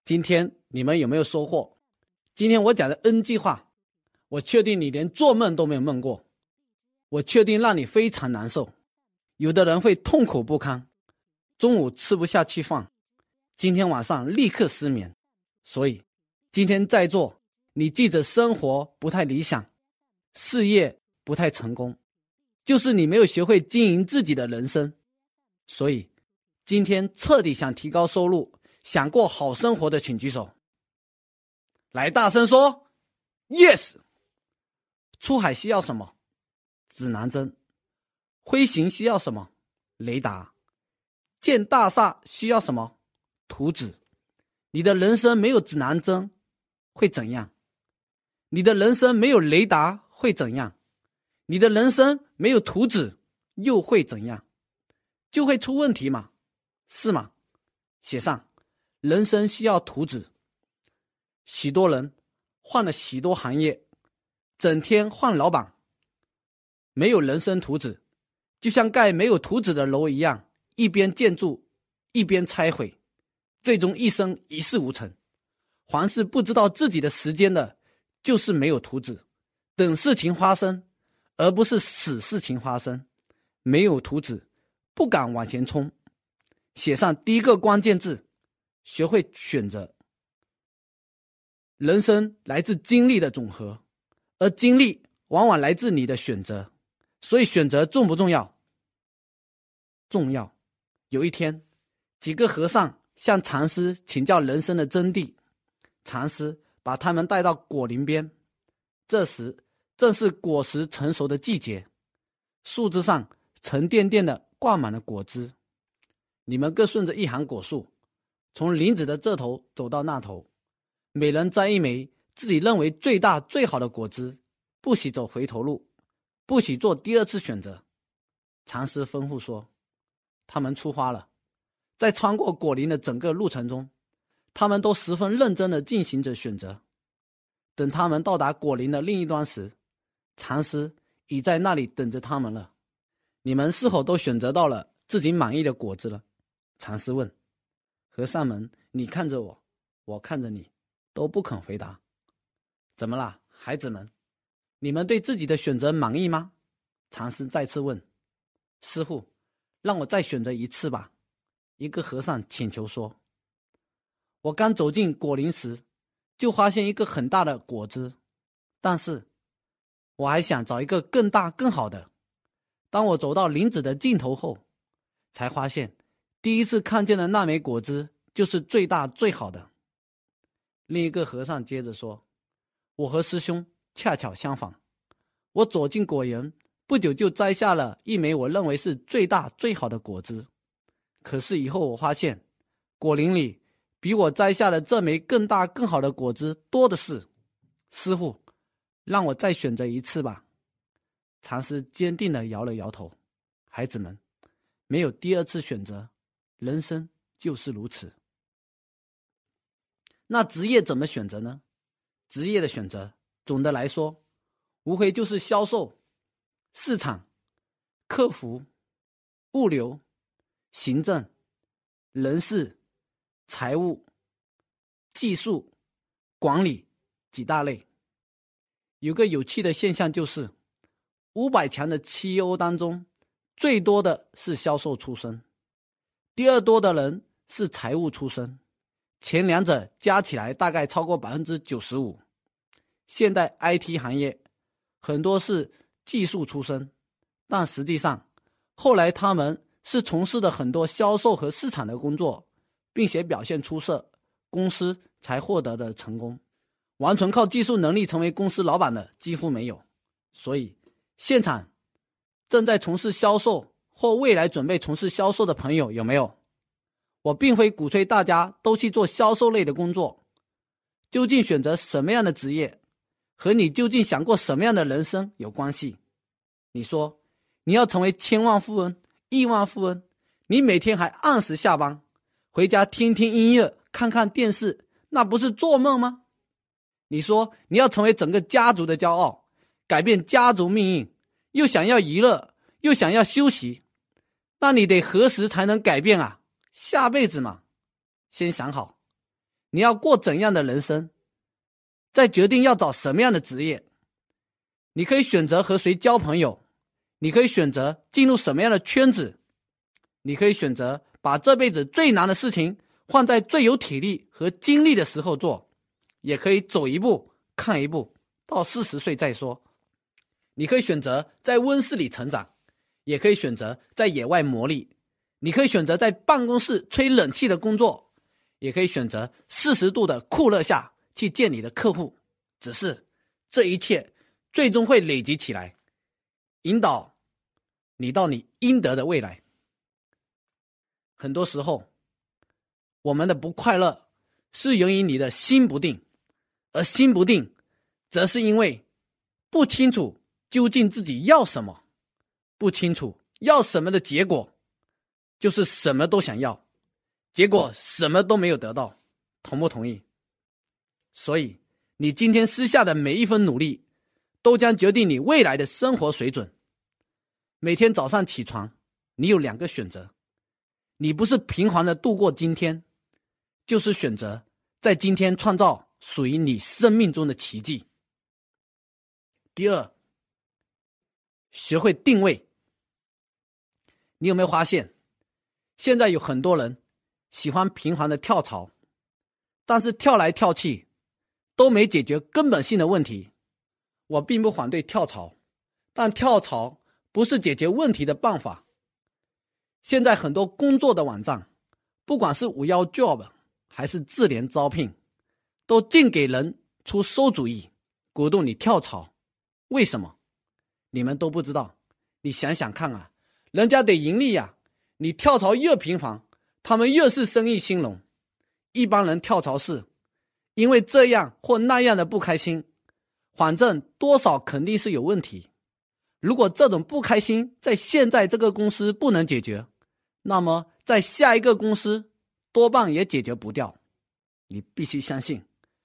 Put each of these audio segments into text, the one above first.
今天你们有没有收获？今天我讲的 N 计划，我确定你连做梦都没有梦过，我确定让你非常难受，有的人会痛苦不堪，中午吃不下去饭，今天晚上立刻失眠。所以今天在座你记着，生活不太理想，事业不太成功，就是你没有学会经营自己的人生。所以今天彻底想提高收入，想过好生活的请举手。来，大声说 Yes。 出海需要什么？指南针。飞行需要什么？雷达。建大厦需要什么？图纸。你的人生没有指南针会怎样？你的人生没有雷达会怎样？你的人生没有图纸又会怎样？就会出问题嘛，是吗？写上，人生需要图纸。许多人换了许多行业，整天换老板，没有人生图纸，就像盖没有图纸的楼一样，一边建筑一边拆毁，最终一生一事无成。凡是不知道自己的时间的，就是没有图纸，等事情发生，而不是使事情发生。没有图纸，不敢往前冲。写上第一个关键字，学会选择。人生来自经历的总和，而经历往往来自你的选择。所以选择重不重要？重要。有一天，几个和尚向禅师请教人生的真谛，禅师把他们带到果林边。这时正是果实成熟的季节，树枝上沉甸甸的挂满了果汁。你们各顺着一行果树，从林子的这头走到那头，每人摘一枚自己认为最大最好的果汁，不许走回头路，不许做第二次选择。禅师吩咐说。他们出发了，在穿过果林的整个路程中，他们都十分认真地进行着选择。等他们到达果林的另一端时，禅师已在那里等着他们了。你们是否都选择到了自己满意的果子了？禅师问。和尚们，你看着我，我看着你，都不肯回答。怎么啦，孩子们？你们对自己的选择满意吗？禅师再次问。师父，让我再选择一次吧，一个和尚请求说。我刚走进果林时，就发现一个很大的果子，但是我还想找一个更大更好的。当我走到林子的尽头后，才发现第一次看见的那枚果子就是最大最好的。另一个和尚接着说，我和师兄恰巧相反，我走进果园不久就摘下了一枚我认为是最大最好的果子，可是以后我发现果林里比我摘下的这枚更大更好的果子多的是。师父，让我再选择一次吧。禅师坚定地摇了摇头。孩子们，没有第二次选择，人生就是如此。那职业怎么选择呢？职业的选择总的来说无非就是销售、市场、客服、物流、行政、人事、财务、技术、管理几大类。有个有趣的现象就是500强的 CEO 当中，最多的是销售出身，第二多的人是财务出身，前两者加起来大概超过 95%。 现代 IT 行业很多是技术出身，但实际上后来他们是从事的很多销售和市场的工作，并且表现出色，公司才获得的成功。完全靠技术能力成为公司老板的几乎没有。所以现场正在从事销售或未来准备从事销售的朋友有没有？我并非鼓吹大家都去做销售类的工作。究竟选择什么样的职业，和你究竟想过什么样的人生有关系。你说你要成为千万富翁、亿万富翁，你每天还按时下班，回家听听音乐、看看电视，那不是做梦吗？你说你要成为整个家族的骄傲，改变家族命运，又想要娱乐，又想要休息，那你得何时才能改变啊？下辈子嘛。先想好， 你要过怎样的人生，再决定要找什么样的职业。你可以选择和谁交朋友，你可以选择进入什么样的圈子，你可以选择把这辈子最难的事情放在最有体力和精力的时候做，也可以走一步看一步，到40岁再说。你可以选择在温室里成长，也可以选择在野外磨砺。你可以选择在办公室吹冷气的工作，也可以选择40度的酷热下去见你的客户。只是这一切最终会累积起来，引导你到你应得的未来。很多时候，我们的不快乐是由于你的心不定，而心不定则是因为不清楚究竟自己要什么，不清楚要什么的结果就是什么都想要，结果什么都没有得到。同不同意？所以你今天私下的每一分努力都将决定你未来的生活水准。每天早上起床，你有2个选择，你不是平凡的度过今天，就是选择在今天创造属于你生命中的奇迹。第二，学会定位。你有没有发现，现在有很多人喜欢频繁的跳槽，但是跳来跳去都没解决根本性的问题。我并不反对跳槽，但跳槽不是解决问题的办法。现在很多工作的网站，不管是51job 还是智联招聘，都尽给人出馊主意，鼓动你跳槽。为什么？你们都不知道。你想想看啊，人家得盈利啊，你跳槽越频繁，他们越是生意兴隆。一般人跳槽是因为这样或那样的不开心，反正多少肯定是有问题。如果这种不开心在现在这个公司不能解决，那么在下一个公司多半也解决不掉。你必须相信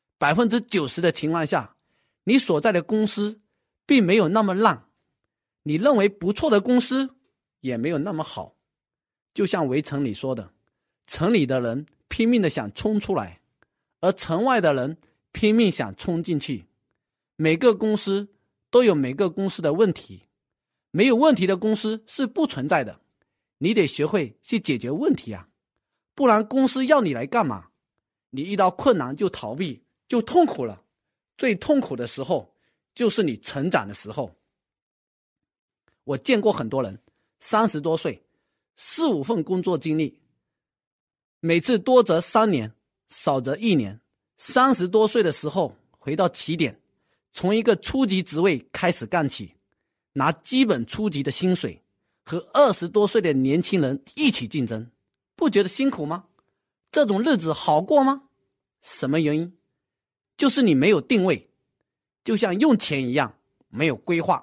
，90%的情况下，你所在的公司并没有那么烂，你认为不错的公司也没有那么好。就像围城里说的，城里的人拼命的想冲出来，而城外的人拼命想冲进去。每个公司都有每个公司的问题，没有问题的公司是不存在的。你得学会去解决问题啊，不然公司要你来干嘛？你遇到困难就逃避，就痛苦了。最痛苦的时候就是你成长的时候。我见过很多人30多岁4、5份工作经历，每次多则3年，少则1年。30多岁的时候回到起点，从一个初级职位开始干起，拿基本初级的薪水，和20多岁的年轻人一起竞争，不觉得辛苦吗？这种日子好过吗？什么原因？就是你没有定位，就像用钱一样，没有规划。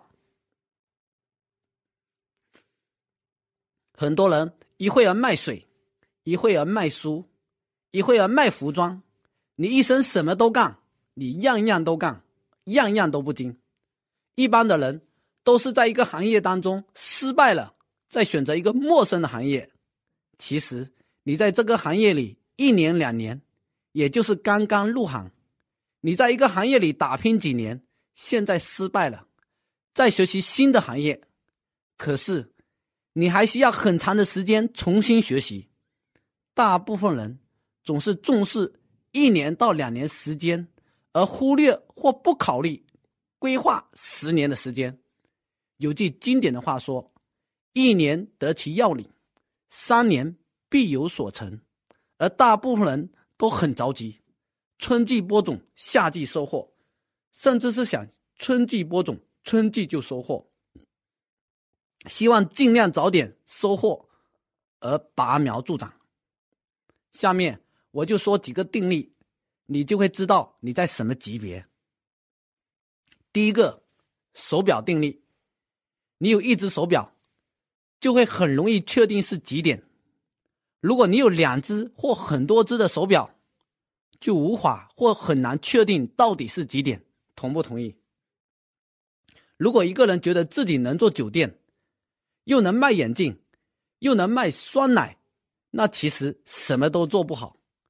很多人一会儿卖水，一会儿卖书，一会儿卖服装，你一生什么都干，你样样都干，样样都不精。一般的人都是在一个行业当中失败了，再选择一个陌生的行业。其实你在这个行业里1年2年，也就是刚刚入行。你在一个行业里打拼几年，现在失败了，再学习新的行业，可是你还需要很长的时间重新学习。大部分人总是重视1年到2年时间，而忽略或不考虑规划10年的时间。有句经典的话说，1年得其要领，3年必有所成。而大部分人都很着急，春季播种，夏季收获，甚至是想春季播种，春季就收获，希望尽量早点收获而拔苗助长。下面我就说几个定律，你就会知道你在什么级别。第一个，手表定律。你有1只手表，就会很容易确定是几点。如果你有2只或很多只的手表，就无法或很难确定到底是几点。同不同意？如果一个人觉得自己能做酒店，又能卖眼镜，又能卖酸奶，那其实什么都做不好。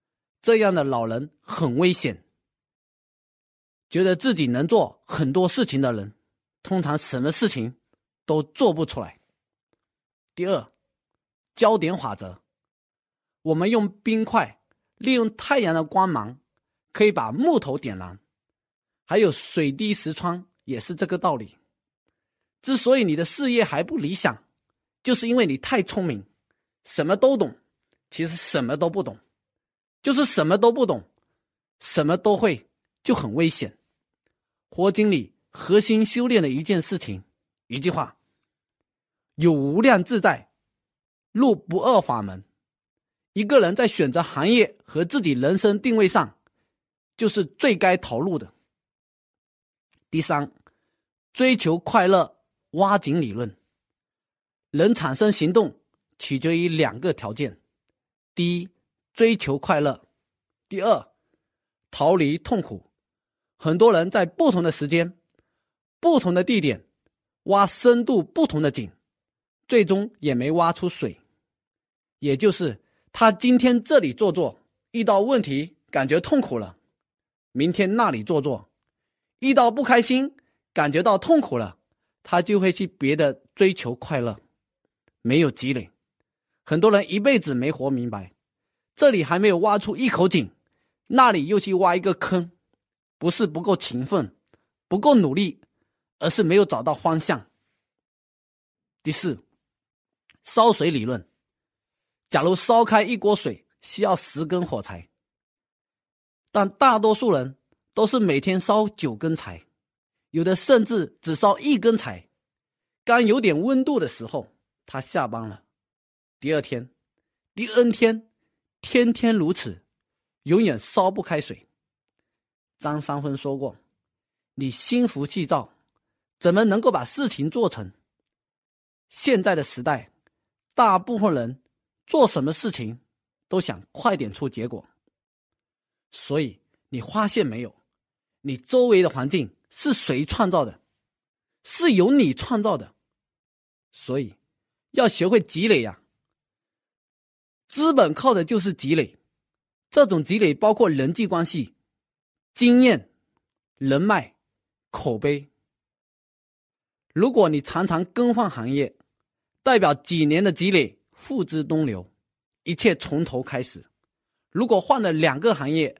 这样的老人很危险。觉得自己能做很多事情的人，通常什么事情都做不出来。第二，焦点法则。我们用冰块，利用太阳的光芒，可以把木头点燃。还有水滴石穿也是这个道理。之所以你的事业还不理想，就是因为你太聪明，什么都懂，其实什么都不懂。就是什么都不懂，什么都会，就很危险。佛经里核心修炼的一件事情，一句话，有无量自在，入不二法门。一个人在选择行业和自己人生定位上，就是最该投入的。第三，追求快乐挖井理论。人产生行动取决于两个条件：第一，追求快乐；第二，逃离痛苦。很多人在不同的时间、不同的地点挖深度不同的井，最终也没挖出水。也就是他今天这里做，遇到问题感觉痛苦了，明天那里做，遇到不开心感觉到痛苦了，他就会去别的追求快乐。没有积累，很多人一辈子没活明白，这里还没有挖出一口井，那里又去挖一个坑，不是不够勤奋，不够努力，而是没有找到方向。第四，烧水理论。假如烧开一锅水需要10根火柴，但大多数人都是每天烧9根柴，有的甚至只烧1根柴。刚有点温度的时候，他下班了。第二天、第 N 天，天天如此，永远烧不开水。张三丰说过，你心浮气躁，怎么能够把事情做成？现在的时代，大部分人做什么事情都想快点出结果。所以你发现没有，你周围的环境是谁创造的？是由你创造的。所以要学会积累呀。资本靠的就是积累，这种积累包括人际关系、经验、人脉、口碑。如果你常常更换行业，代表几年的积累付之东流，一切从头开始。如果换了2个行业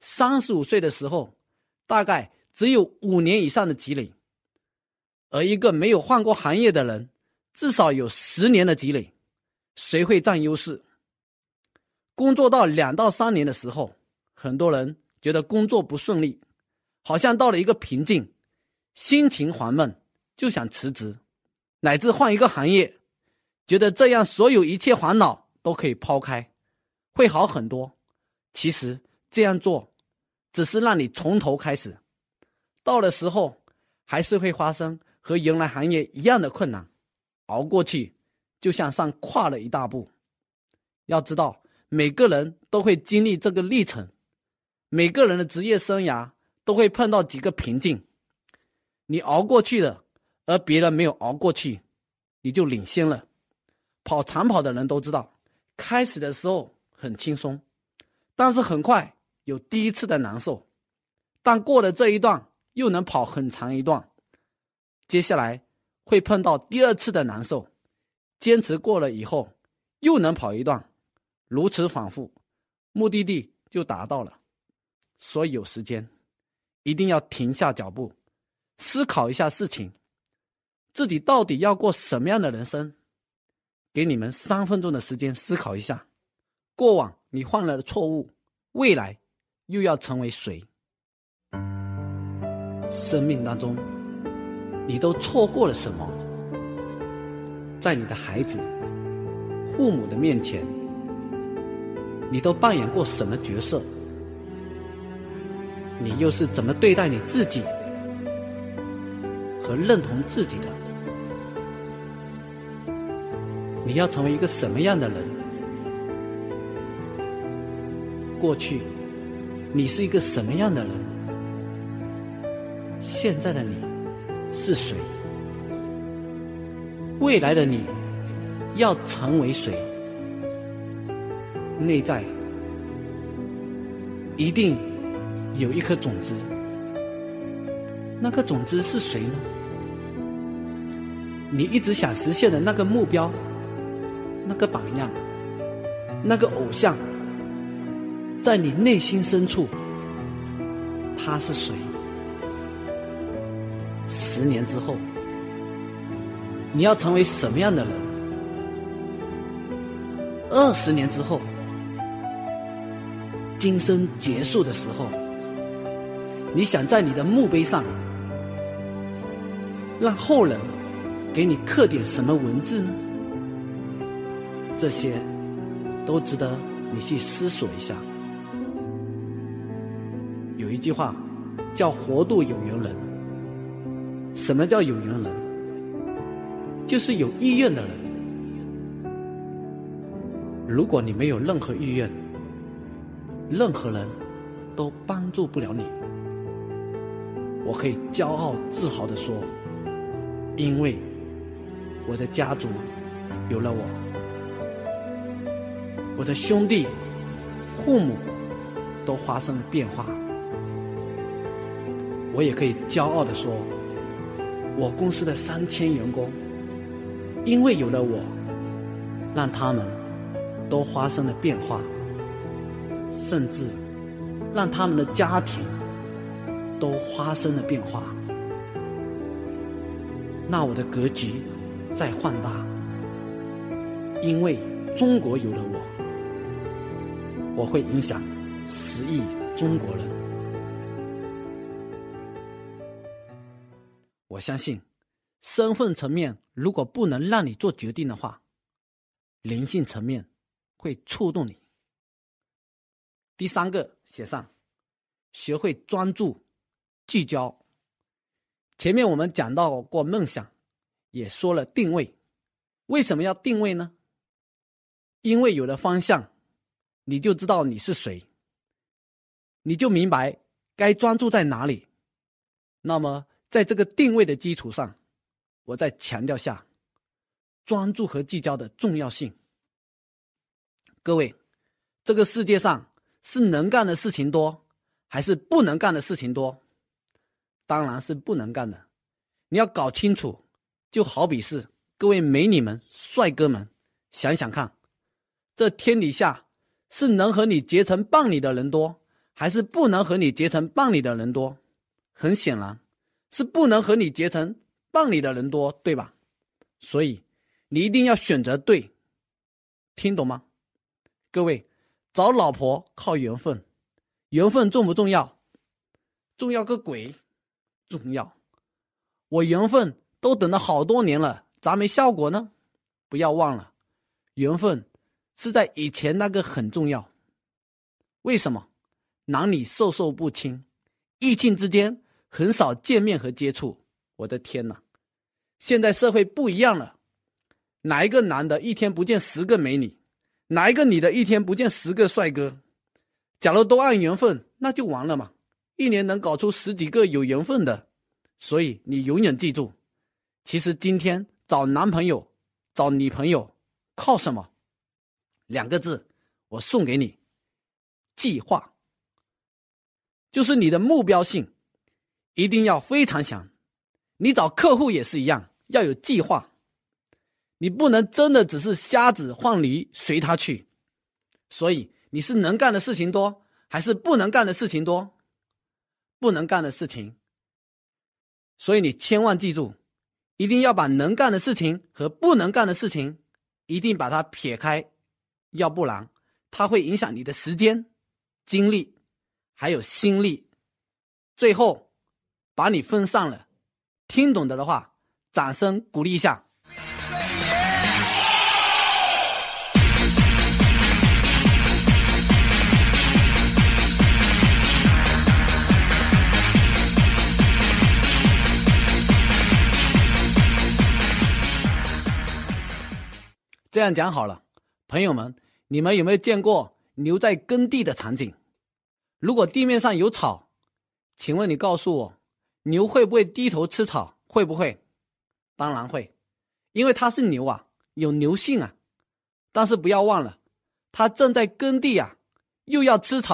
，35岁的时候大概只有5年以上的积累，而一个没有换过行业的人至少有10年的积累，谁会占优势？工作到2到3年的时候，很多人觉得工作不顺利，好像到了一个瓶颈，心情烦闷，就想辞职，乃至换一个行业，觉得这样所有一切烦恼都可以抛开，会好很多。其实这样做只是让你从头开始，到的时候还是会发生和原来行业一样的困难，熬过去就像上跨了一大步。要知道每个人都会经历这个历程，每个人的职业生涯都会碰到几个瓶颈，你熬过去了，而别人没有熬过去，你就领先了。跑长跑的人都知道，开始的时候很轻松，但是很快有第一次的难受，但过了这一段又能跑很长一段，接下来会碰到第2次的难受，坚持过了以后又能跑一段，如此反复，目的地就达到了。所以有时间一定要停下脚步，思考一下事情，自己到底要过什么样的人生。给你们3分钟的时间思考一下，过往你犯了的错误，未来又要成为谁？生命当中你都错过了什么？在你的孩子、父母的面前，你都扮演过什么角色？你又是怎么对待你自己和认同自己的？你要成为一个什么样的人？过去你是一个什么样的人？现在的你是谁？未来的你要成为谁？内在一定有一颗种子。那颗种子是谁呢？你一直想实现的那个目标，那个榜样，那个偶像，在你内心深处，他是谁？10年之后，你要成为什么样的人？20年之后，今生结束的时候，你想在你的墓碑上让后人给你刻点什么文字呢？这些都值得你去思索一下。有一句话叫活度有缘人。什么叫有缘人？就是有意愿的人。如果你没有任何意愿，任何人都帮助不了你。我可以骄傲自豪地说，因为我的家族有了我，我的兄弟、父母都发生了变化。我也可以骄傲地说，我公司的3000员工，因为有了我，让他们都发生了变化，甚至让他们的家庭都发生了变化。那我的格局在放大，因为中国有了我，我会影响10亿中国人。我相信身份层面如果不能让你做决定的话，灵性层面会触动你。第3个写上，学会专注聚焦。前面我们讲到过梦想，也说了定位。为什么要定位呢？因为有了方向，你就知道你是谁，你就明白该专注在哪里。那么在这个定位的基础上，我再强调下专注和聚焦的重要性。各位，这个世界上是能干的事情多，还是不能干的事情多？当然是不能干的。你要搞清楚，就好比是各位美女们、帅哥们，想想看，这天底下是能和你结成伴侣的人多，还是不能和你结成伴侣的人多？很显然是不能和你结成伴侣的人多，对吧？所以你一定要选择对，听懂吗？各位，找老婆靠缘分，缘分重不重要？重要个鬼，重要。我缘分都等了好多年了，咋没效果呢？不要忘了，缘分是在以前那个很重要。为什么？男女授受不亲，异性之间很少见面和接触。我的天哪，现在社会不一样了，哪一个男的一天不见10个美女，哪一个女的一天不见10个帅哥？假如都按缘分，那就完了嘛，一年能搞出10几个有缘分的。所以你永远记住，其实今天找男朋友、找女朋友靠什么？2个字，我送给你，计划。就是你的目标性一定要非常强。你找客户也是一样，要有计划。你不能真的只是瞎子换驴随他去。所以你是能干的事情多，还是不能干的事情多？不能干的事情。所以你千万记住，一定要把能干的事情和不能干的事情一定把它撇开，要不然它会影响你的时间、精力还有心力，最后把你分散了。听懂的话，掌声鼓励一下。这样讲好了，朋友们，你们有没有见过牛在耕地的场景？如果地面上有草，请问你告诉我，牛会不会低头吃草？会不会？当然会，因为它是牛啊，有牛性啊。但是不要忘了，它正在耕地啊，又要吃草，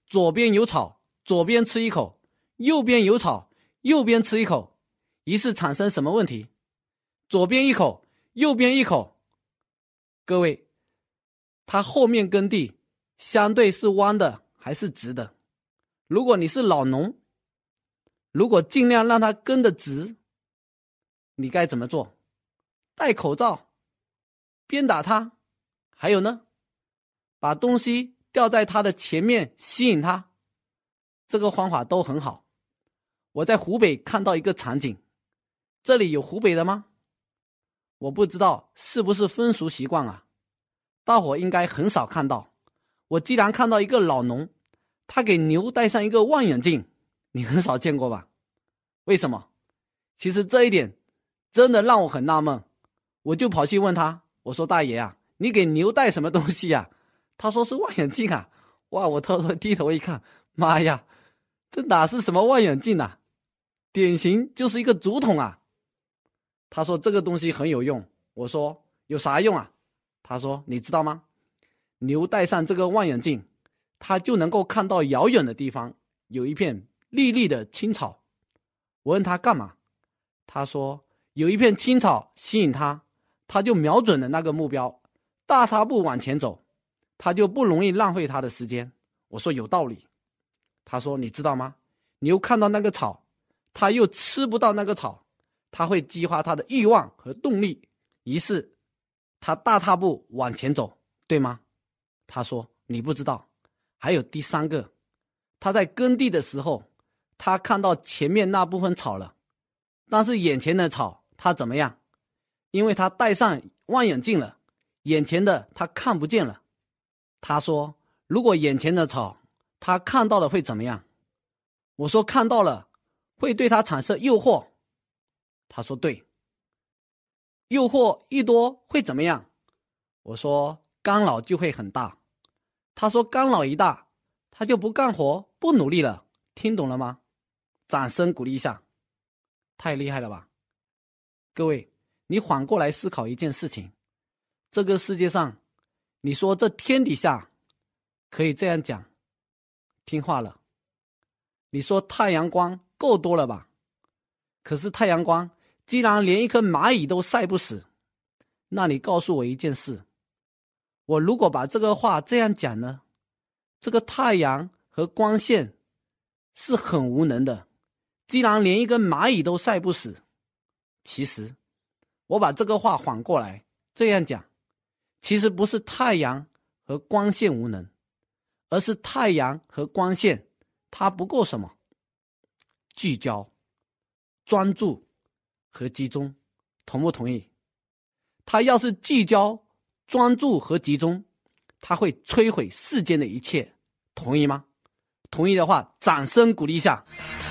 左边有草，左边吃一口，右边有草，右边吃一口，于是产生什么问题？左边一口，右边一口。各位，它后面耕地相对是弯的还是直的？如果你是老农，如果尽量让它耕得直，你该怎么做？戴口罩，鞭打它，还有呢，把东西吊在它的前面吸引它，这个方法都很好。我在湖北看到一个场景，这里有湖北的吗？我不知道是不是风俗习惯啊，大伙应该很少看到。我既然看到一个老农，他给牛戴上一个望远镜，你很少见过吧？为什么？其实这一点真的让我很纳闷，我就跑去问他，我说大爷啊，你给牛戴什么东西啊？他说是望远镜啊。哇，我偷偷低头一看，妈呀，这哪是什么望远镜啊，典型就是一个竹筒啊。他说这个东西很有用，我说有啥用啊？他说你知道吗？牛戴上这个望远镜，它就能够看到遥远的地方有一片绿绿的青草。我问他干嘛？他说有一片青草吸引他，他就瞄准了那个目标，大踏步往前走，他就不容易浪费他的时间。我说有道理。他说你知道吗？牛看到那个草，他又吃不到那个草，他会激发他的欲望和动力，于是他大踏步往前走，对吗？他说你不知道，还有第三个，他在耕地的时候，他看到前面那部分草了，但是眼前的草他怎么样？因为他戴上望远镜了，眼前的他看不见了。他说如果眼前的草他看到了会怎么样？我说看到了会对他产生诱惑。他说对。诱惑一多会怎么样？我说干扰就会很大。他说干扰一大，他就不干活不努力了。听懂了吗？掌声鼓励一下，太厉害了吧。各位，你反过来思考一件事情，这个世界上，你说这天底下可以这样讲，听话了，你说太阳光够多了吧？可是太阳光既然连一颗蚂蚁都晒不死，那你告诉我一件事，我如果把这个话这样讲呢，这个太阳和光线是很无能的，既然连一根蚂蚁都晒不死。其实我把这个话反过来这样讲，其实不是太阳和光线无能，而是太阳和光线它不够什么？聚焦、专注和集中，同不同意？它要是聚焦、专注和集中，它会摧毁世间的一切，同意吗？同意的话，掌声鼓励一下。